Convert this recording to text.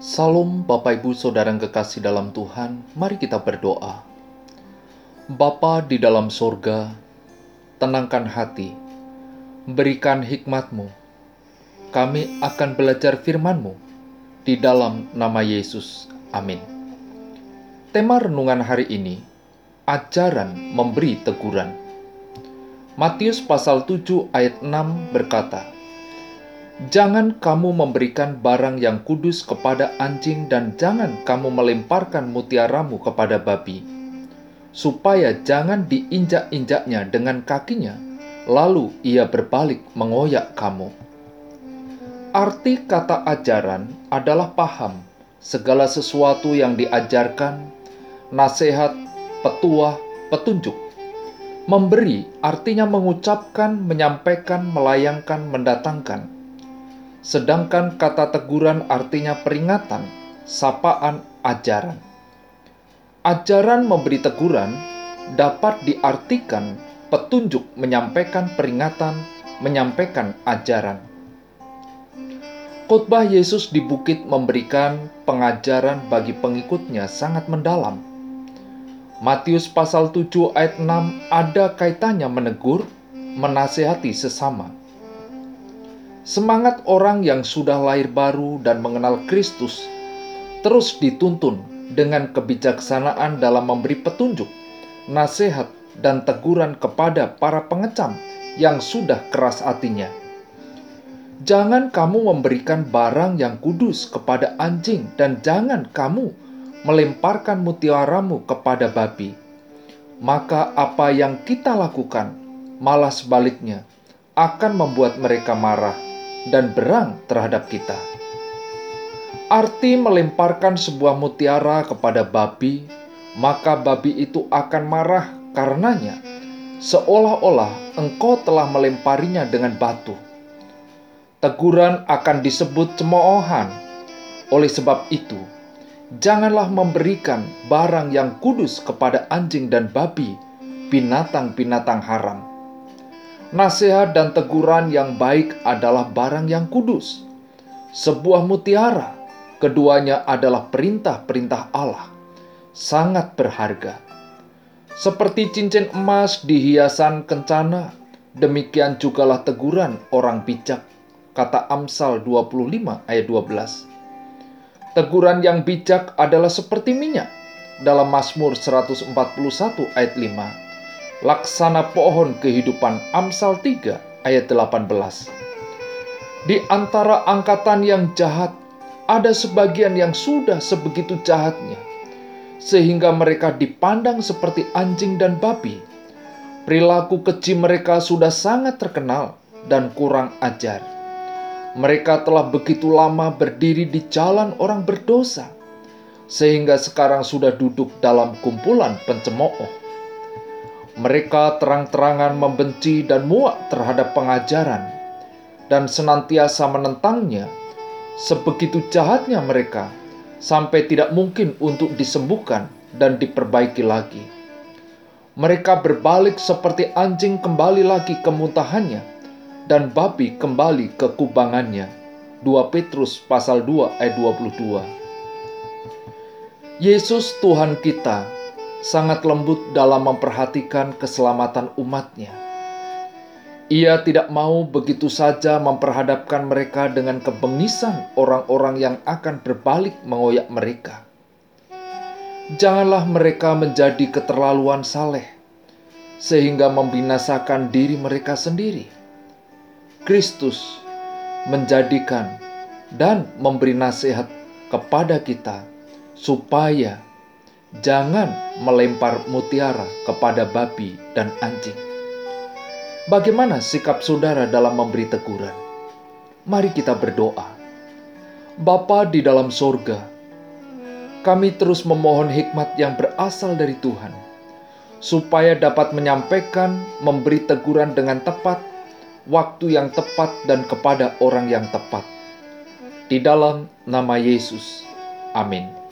Salam Bapak Ibu Saudara yang kekasih dalam Tuhan, mari kita berdoa. Bapa di dalam sorga, tenangkan hati, berikan hikmat-Mu. Kami akan belajar firman-Mu di dalam nama Yesus. Amin. Tema renungan hari ini, ajaran memberi teguran. Matius pasal 7 ayat 6 berkata, "Jangan kamu memberikan barang yang kudus kepada anjing dan jangan kamu melemparkan mutiaramu kepada babi, supaya jangan diinjak-injaknya dengan kakinya, lalu ia berbalik mengoyak kamu." Arti kata ajaran adalah paham segala sesuatu yang diajarkan, nasihat, petuah, petunjuk. Memberi artinya mengucapkan, menyampaikan, melayangkan, mendatangkan. Sedangkan kata teguran artinya peringatan, sapaan, ajaran. Ajaran memberi teguran dapat diartikan petunjuk menyampaikan peringatan, menyampaikan ajaran. Khotbah Yesus di bukit memberikan pengajaran bagi pengikutnya sangat mendalam. Matius pasal 7 ayat 6 ada kaitannya menegur, menasihati sesama. Semangat orang yang sudah lahir baru dan mengenal Kristus terus dituntun dengan kebijaksanaan dalam memberi petunjuk, nasihat, dan teguran kepada para pengecam yang sudah keras hatinya. Jangan kamu memberikan barang yang kudus kepada anjing dan jangan kamu melemparkan mutiaramu kepada babi. Maka apa yang kita lakukan, malah sebaliknya, akan membuat mereka marah dan berang terhadap kita. Arti melemparkan sebuah mutiara kepada babi, maka babi itu akan marah karenanya, seolah-olah engkau telah melemparinya dengan batu. Teguran akan disebut cemoohan. Oleh sebab itu, janganlah memberikan barang yang kudus kepada anjing dan babi, binatang-binatang haram. Nasihat dan teguran yang baik adalah barang yang kudus. Sebuah mutiara, keduanya adalah perintah-perintah Allah, sangat berharga. Seperti cincin emas di hiasan kencana, demikian jugalah teguran orang bijak, kata Amsal 25 ayat 12. Teguran yang bijak adalah seperti minyak, dalam Mazmur 141 ayat 5. Laksana pohon kehidupan, Amsal 3 ayat 18. Di antara angkatan yang jahat, ada sebagian yang sudah sebegitu jahatnya, sehingga mereka dipandang seperti anjing dan babi. Perilaku keji mereka sudah sangat terkenal dan kurang ajar. Mereka telah begitu lama berdiri di jalan orang berdosa, sehingga sekarang sudah duduk dalam kumpulan pencemooh. Mereka terang-terangan membenci dan muak terhadap pengajaran, dan senantiasa menentangnya. Sebegitu jahatnya mereka, sampai tidak mungkin untuk disembuhkan dan diperbaiki lagi. Mereka berbalik seperti anjing kembali lagi ke muntahannya, dan babi kembali ke kubangannya. 2 Petrus pasal 2 ayat 22. Yesus Tuhan kita sangat lembut dalam memperhatikan keselamatan umatnya. Ia tidak mau begitu saja memperhadapkan mereka dengan kebengisan orang-orang yang akan berbalik mengoyak mereka. Janganlah mereka menjadi keterlaluan saleh, sehingga membinasakan diri mereka sendiri. Kristus menjadikan dan memberi nasihat kepada kita supaya jangan melempar mutiara kepada babi dan anjing. Bagaimana sikap saudara dalam memberi teguran? Mari kita berdoa. Bapa di dalam sorga, kami terus memohon hikmat yang berasal dari Tuhan, supaya dapat menyampaikan, memberi teguran dengan tepat, waktu yang tepat dan kepada orang yang tepat. Di dalam nama Yesus. Amin.